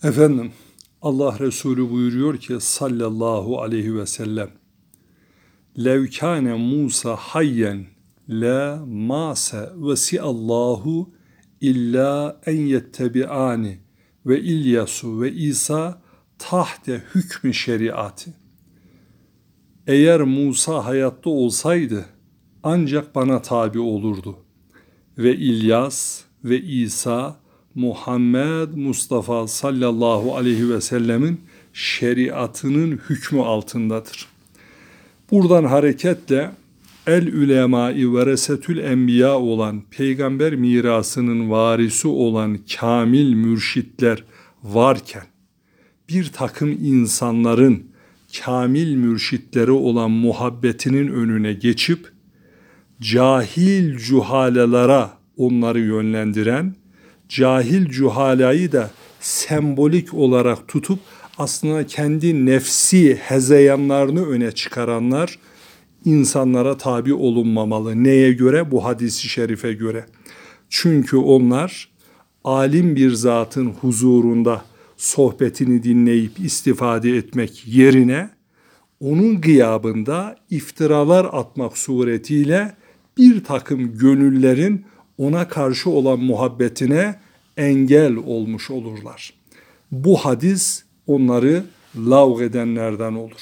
Efendim, Allah Resulü buyuruyor ki sallallahu aleyhi ve sellem, lev kâne Musa hayyen la mâse vesiallahu illa en yettebi'ani ve İlyasu ve İsa tahte hükmü şeriatı. Eğer Musa hayatta olsaydı ancak bana tabi olurdu ve İlyas ve İsa Muhammed Mustafa sallallahu aleyhi ve sellemin şeriatının hükmü altındadır. Buradan hareketle el-ülemâ-i veresetül enbiya olan, peygamber mirasının varisi olan kamil mürşitler varken, bir takım insanların kamil mürşitleri olan muhabbetinin önüne geçip, cahil cuhalalara onları yönlendiren, cahil cuhalayı da sembolik olarak tutup aslında kendi nefsi hezeyanlarını öne çıkaranlar insanlara tabi olunmamalı. Neye göre? Bu hadis-i şerife göre. Çünkü onlar alim bir zatın huzurunda sohbetini dinleyip istifade etmek yerine onun gıyabında iftiralar atmak suretiyle bir takım gönüllerin ona karşı olan muhabbetine engel olmuş olurlar. Bu hadis onları lavg edenlerden olur.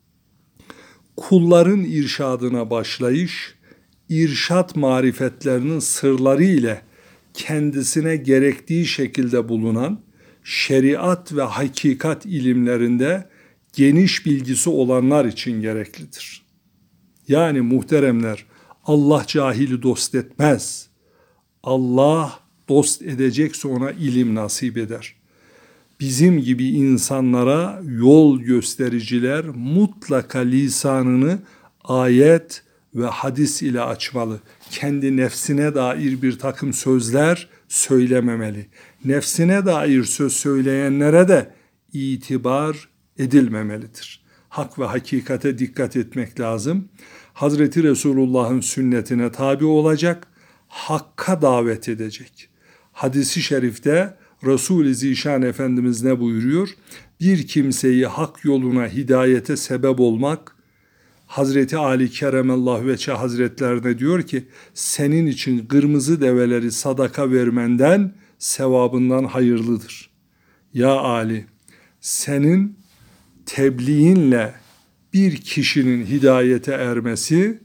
Kulların irşadına başlayış, irşat marifetlerinin sırları ile kendisine gerektiği şekilde bulunan şeriat ve hakikat ilimlerinde geniş bilgisi olanlar için gereklidir. Yani muhteremler, Allah cahili dost etmez. Allah dost edecekse ona ilim nasip eder. Bizim gibi insanlara yol göstericiler mutlaka lisanını ayet ve hadis ile açmalı. Kendi nefsine dair bir takım sözler söylememeli. Nefsine dair söz söyleyenlere de itibar edilmemelidir. Hak ve hakikate dikkat etmek lazım. Hazreti Resulullah'ın sünnetine tabi olacak, hakka davet edecek. Hadis-i şerifte Resul-i Zişan Efendimiz ne buyuruyor? Bir kimseyi hak yoluna hidayete sebep olmak, Hazreti Ali Keremallahu Veçhe Hazretlerine diyor ki, senin için kırmızı develeri sadaka vermenden sevabından hayırlıdır. Ya Ali, senin tebliğinle bir kişinin hidayete ermesi,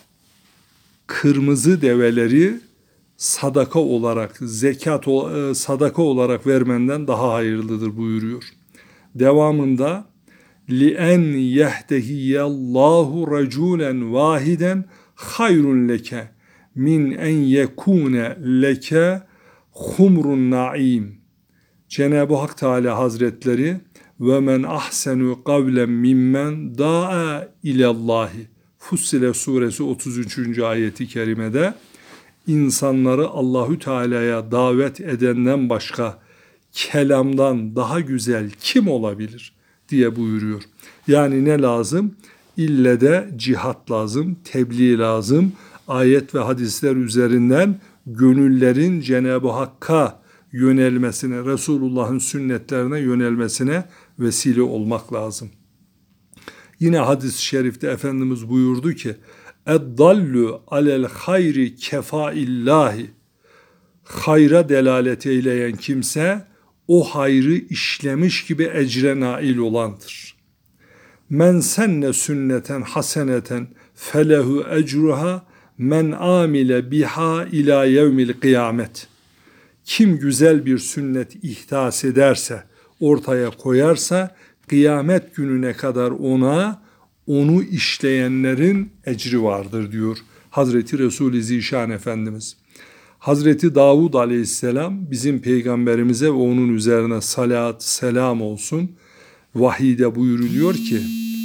kırmızı develeri sadaka olarak, sadaka olarak vermenden daha hayırlıdır buyuruyor. Devamında لِأَنْ يَهْدَهِيَ اللّٰهُ رَجُولًا وَاحِدًا خَيْرٌ لَكَ مِنْ اَنْ يَكُونَ لَكَ خُمْرٌ نَعِيمٌ. Cenab-ı Hak Teala Hazretleri وَمَنْ أَحْسَنُ قَوْلًا مِمَّنْ دَاءَ اِلَى اللّٰهِ Fussile suresi 33. ayeti kerimede insanları Allahü Teala'ya davet edenden başka kelamdan daha güzel kim olabilir diye buyuruyor. Yani ne lazım? İlle de cihat lazım, tebliğ lazım. Ayet ve hadisler üzerinden gönüllerin Cenab-ı Hakk'a yönelmesine, Resulullah'ın sünnetlerine yönelmesine vesile olmak lazım. Yine hadis-i şerifte Efendimiz buyurdu ki, اَدَّلُّ عَلَى الْخَيْرِ كَفَائِلَّهِ Hayra delalet eyleyen kimse, o hayrı işlemiş gibi ecre nail olandır. Men senne sünneten haseneten felehu ecruha men amile biha ila yevmil kıyamet. Kim güzel bir sünnet ihdas ederse, ortaya koyarsa, kıyamet gününe kadar onu işleyenlerin ecri vardır diyor Hazreti Resul-i Zişan Efendimiz. Hazreti Davud Aleyhisselam bizim peygamberimize ve onun üzerine salat selam olsun. Vahide buyuruluyor ki,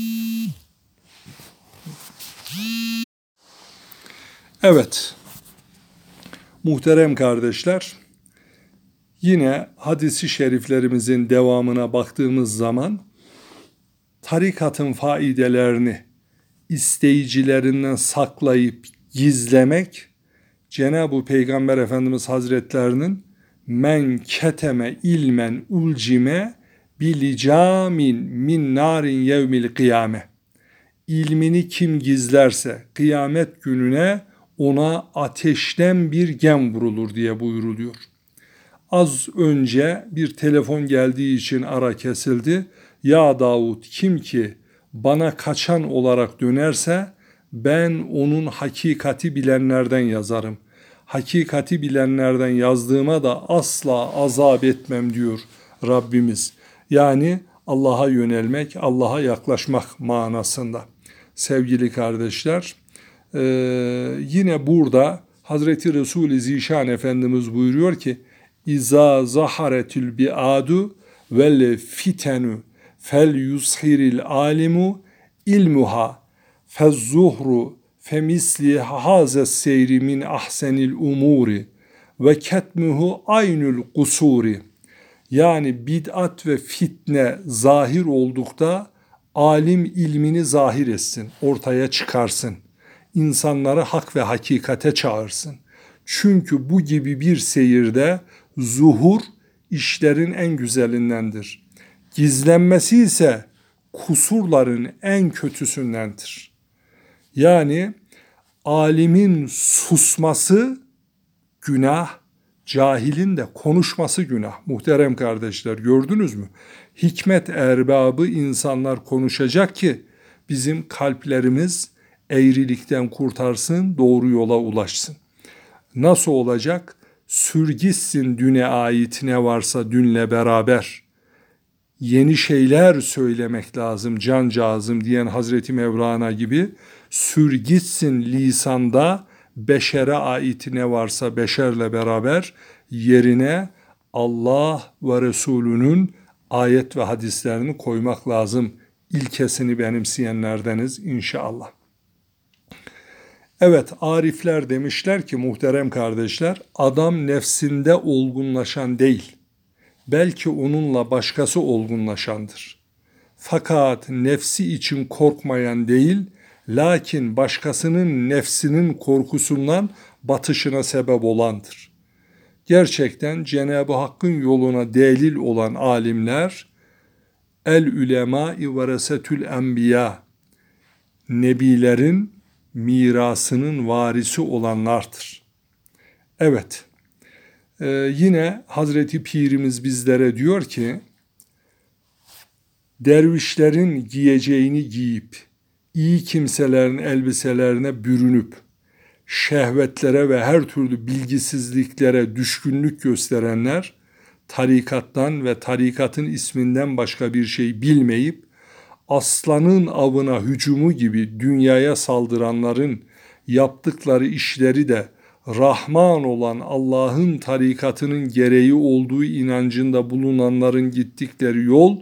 evet muhterem kardeşler, yine hadis-i şeriflerimizin devamına baktığımız zaman tarikatın faidelerini isteyicilerinden saklayıp gizlemek Cenab-ı Peygamber Efendimiz Hazretlerinin men keteme ilmen ulcime bilicamin min narin yevmil kıyame. İlmini kim gizlerse kıyamet gününe ona ateşten bir gem vurulur diye buyuruluyor. Az önce bir telefon geldiği için ara kesildi. Ya Davud, kim ki bana kaçan olarak dönerse ben onun hakikati bilenlerden yazarım. Hakikati bilenlerden yazdığıma da asla azap etmem diyor Rabbimiz. Yani Allah'a yönelmek, Allah'a yaklaşmak manasında. Sevgili kardeşler, yine burada Hazreti Resul-i Zişan Efendimiz buyuruyor ki İza zaharetül bi'adu vel fitenu fel yushiril alimu ilmuha fezzuhru femisli hazes seyri min ahsenil umuri ve ketmuhu aynül kusuri. Yani bid'at ve fitne zahir oldukta alim ilmini zahir etsin, ortaya çıkarsın. İnsanları hak ve hakikate çağırsın. Çünkü bu gibi bir seyirde zuhur işlerin en güzelindendir. Gizlenmesi ise kusurların en kötüsündendir. Yani alimin susması günah, cahilin de konuşması günah. Muhterem kardeşler, gördünüz mü? Hikmet erbabı insanlar konuşacak ki bizim kalplerimiz eğrilikten kurtarsın, doğru yola ulaşsın. Nasıl olacak? Sür gitsin düne ait ne varsa dünle beraber. Yeni şeyler söylemek lazım cancağızım diyen Hazreti Mevlana gibi sür gitsin lisanda beşere ait ne varsa beşerle beraber yerine Allah ve Resulünün ayet ve hadislerini koymak lazım. İlkesini benimseyenlerdeniz inşallah. Evet, arifler demişler ki muhterem kardeşler, adam nefsinde olgunlaşan değil, belki onunla başkası olgunlaşandır. Fakat nefsi için korkmayan değil, lakin başkasının nefsinin korkusundan batışına sebep olandır. Gerçekten Cenab-ı Hakk'ın yoluna delil olan alimler, el ulema-i veresetül enbiya, nebilerin mirasının varisi olanlardır. Evet, yine Hazreti Pirimiz bizlere diyor ki, dervişlerin giyeceğini giyip, iyi kimselerin elbiselerine bürünüp, şehvetlere ve her türlü bilgisizliklere düşkünlük gösterenler, tarikattan ve tarikatın isminden başka bir şey bilmeyip, aslanın avına hücumu gibi dünyaya saldıranların yaptıkları işleri de Rahman olan Allah'ın tarikatının gereği olduğu inancında bulunanların gittikleri yol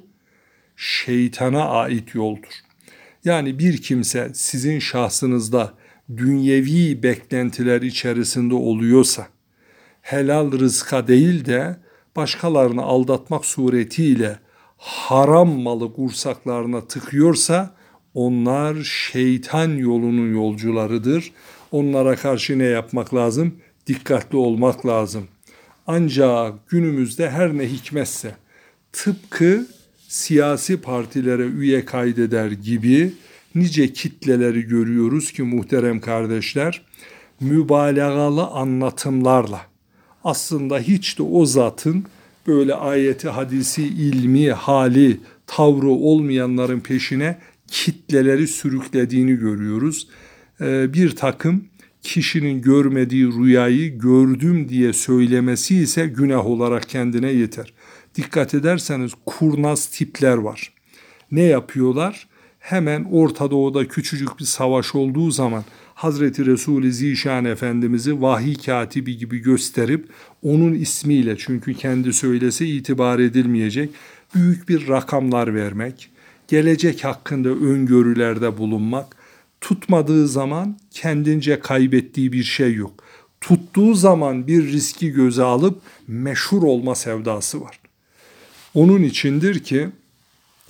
şeytana ait yoldur. Yani bir kimse sizin şahsınızda dünyevi beklentiler içerisinde oluyorsa, helal rızka değil de başkalarını aldatmak suretiyle haram malı kursaklarına tıkıyorsa, onlar şeytan yolunun yolcularıdır. Onlara karşı ne yapmak lazım? Dikkatli olmak lazım. Ancak günümüzde her ne hikmetse, tıpkı siyasi partilere üye kaydeder gibi nice kitleleri görüyoruz ki muhterem kardeşler, mübalağalı anlatımlarla aslında hiç de o zatın böyle ayeti, hadisi, ilmi, hali, tavrı olmayanların peşine kitleleri sürüklediğini görüyoruz. Bir takım kişinin görmediği rüyayı gördüm diye söylemesi ise günah olarak kendine yeter. Dikkat ederseniz kurnaz tipler var. Ne yapıyorlar? Hemen Orta Doğu'da küçücük bir savaş olduğu zaman Hazreti Resul-i Zişan Efendimiz'i vahiy katibi gibi gösterip onun ismiyle, çünkü kendi söylese itibar edilmeyecek, büyük bir rakamlar vermek, gelecek hakkında öngörülerde bulunmak, tutmadığı zaman kendince kaybettiği bir şey yok. Tuttuğu zaman bir riski göze alıp meşhur olma sevdası var. Onun içindir ki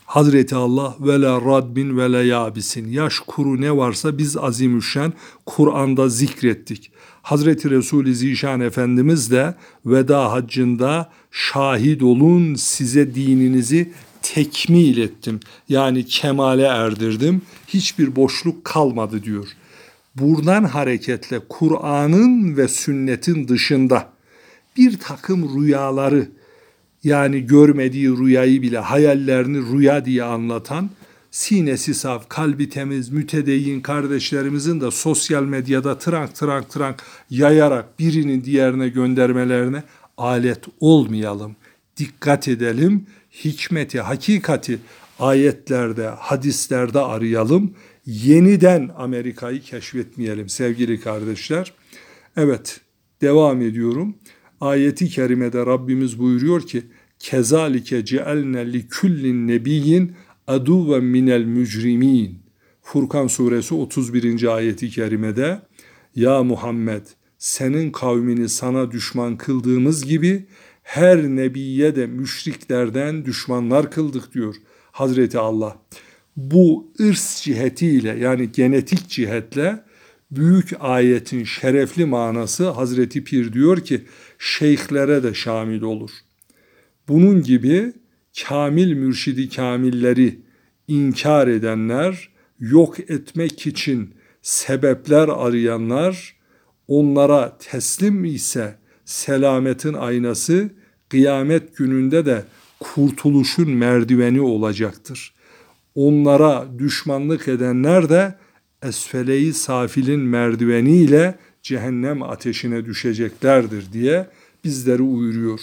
Hazreti Allah ve la radbin ve la yabisin. Yaş kuru ne varsa biz azimüşşan Kur'an'da zikrettik. Hazreti Resul-i Zişan Efendimiz de veda haccında şahit olun size dininizi tekmil ettim. Yani kemale erdirdim. Hiçbir boşluk kalmadı diyor. Buradan hareketle Kur'an'ın ve sünnetin dışında bir takım rüyaları, yani görmediği rüyayı bile hayallerini rüya diye anlatan sinesi saf, kalbi temiz, mütedeyyin kardeşlerimizin de sosyal medyada trank yayarak birinin diğerine göndermelerine alet olmayalım. Dikkat edelim, hikmeti, hakikati ayetlerde, hadislerde arayalım. Yeniden Amerika'yı keşfetmeyelim sevgili kardeşler. Evet, devam ediyorum. Ayeti kerimede Rabbimiz buyuruyor ki kezalike cealne li kullin nebiyyin aduven minel mücrimin. Furkan suresi 31. ayeti kerimede ya Muhammed senin kavmini sana düşman kıldığımız gibi her nebiye de müşriklerden düşmanlar kıldık diyor Hazreti Allah. Bu ırs cihetiyle yani genetik cihetle büyük ayetin şerefli manası Hazreti Pir diyor ki şeyhlere de şamil olur. Bunun gibi kamil mürşidi kamilleri inkar edenler, yok etmek için sebepler arayanlar, onlara teslim ise selametin aynası, kıyamet gününde de kurtuluşun merdiveni olacaktır. Onlara düşmanlık edenler de esfele-i safilin merdiveniyle cehennem ateşine düşeceklerdir diye bizleri uyuruyor.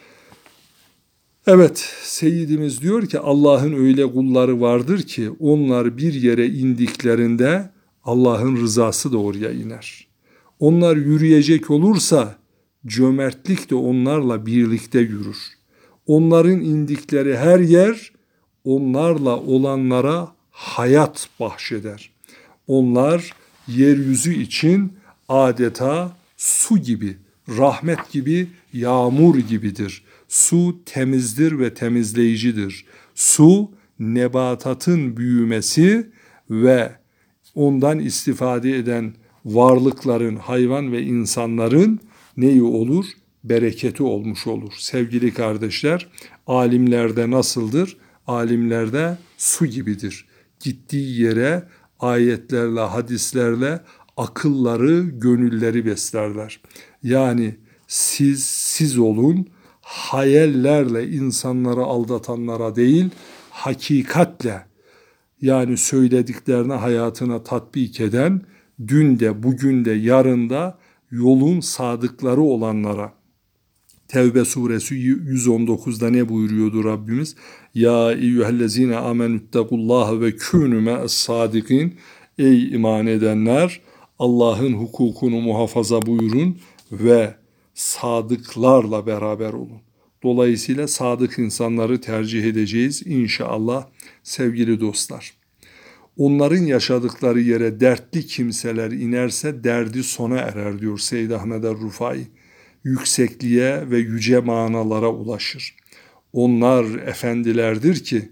Evet, Seyyidimiz diyor ki Allah'ın öyle kulları vardır ki onlar bir yere indiklerinde Allah'ın rızası da oraya iner. Onlar yürüyecek olursa cömertlik de onlarla birlikte yürür. Onların indikleri her yer onlarla olanlara hayat bahşeder. Onlar yeryüzü için adeta su gibi, rahmet gibi, yağmur gibidir. Su temizdir ve temizleyicidir. Su nebatatın büyümesi ve ondan istifade eden varlıkların, hayvan ve insanların neyi olur? Bereketi olmuş olur. Sevgili kardeşler, alimlerde nasıldır? Alimlerde su gibidir. Gittiği yere ayetlerle, hadislerle akılları, gönülleri beslerler. Yani siz olun, hayallerle insanları aldatanlara değil, hakikatle yani söylediklerine hayatına tatbik eden, dün de, bugün de, yarın da yolun sadıkları olanlara. Tevbe suresi 119'da ne buyuruyordu Rabbimiz? Ya eyyühellezine amenüttekullaha ve kûnü me'es-sadikin. Ey iman edenler, Allah'ın hukukunu muhafaza buyurun ve sadıklarla beraber olun. Dolayısıyla sadık insanları tercih edeceğiz inşallah sevgili dostlar. Onların yaşadıkları yere dertli kimseler inerse derdi sona erer diyor Seyyid Ahmed er-Rufai. Yüksekliğe ve yüce manalara ulaşır. Onlar efendilerdir ki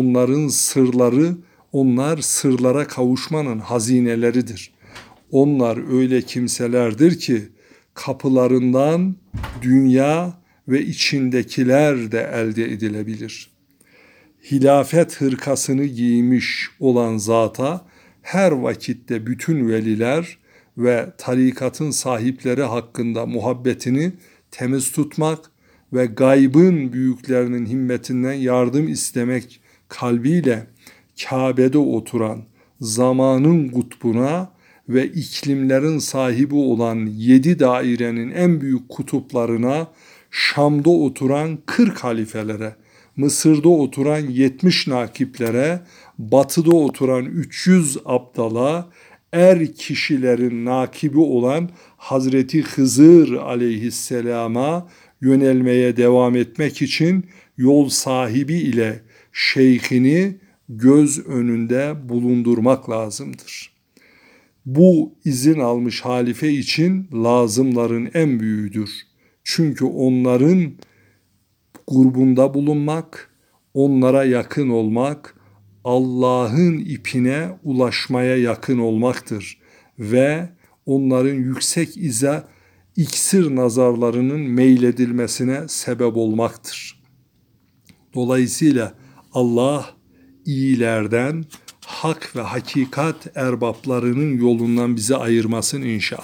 onlar sırlara kavuşmanın hazineleridir. Onlar öyle kimselerdir ki kapılarından dünya ve içindekiler de elde edilebilir. Hilafet hırkasını giymiş olan zata her vakitte bütün veliler ve tarikatın sahipleri hakkında muhabbetini temiz tutmak ve gaybın büyüklerinin himmetinden yardım istemek kalbiyle Kabe'de oturan zamanın kutbuna ve iklimlerin sahibi olan 7 dairenin en büyük kutuplarına, Şam'da oturan 40 halifelere, Mısır'da oturan 70 nakiplere, Batı'da oturan 300 abdala, kişilerin nakibi olan Hazreti Hızır aleyhisselama yönelmeye devam etmek için yol sahibi ile şeyhini göz önünde bulundurmak lazımdır. Bu izin almış halife için lazımların en büyüğüdür. Çünkü onların grubunda bulunmak, onlara yakın olmak, Allah'ın ipine ulaşmaya yakın olmaktır ve onların yüksek iksir nazarlarının meyledilmesine sebep olmaktır. Dolayısıyla Allah iyilerden, hak ve hakikat erbaplarının yolundan bizi ayırmasın inşallah.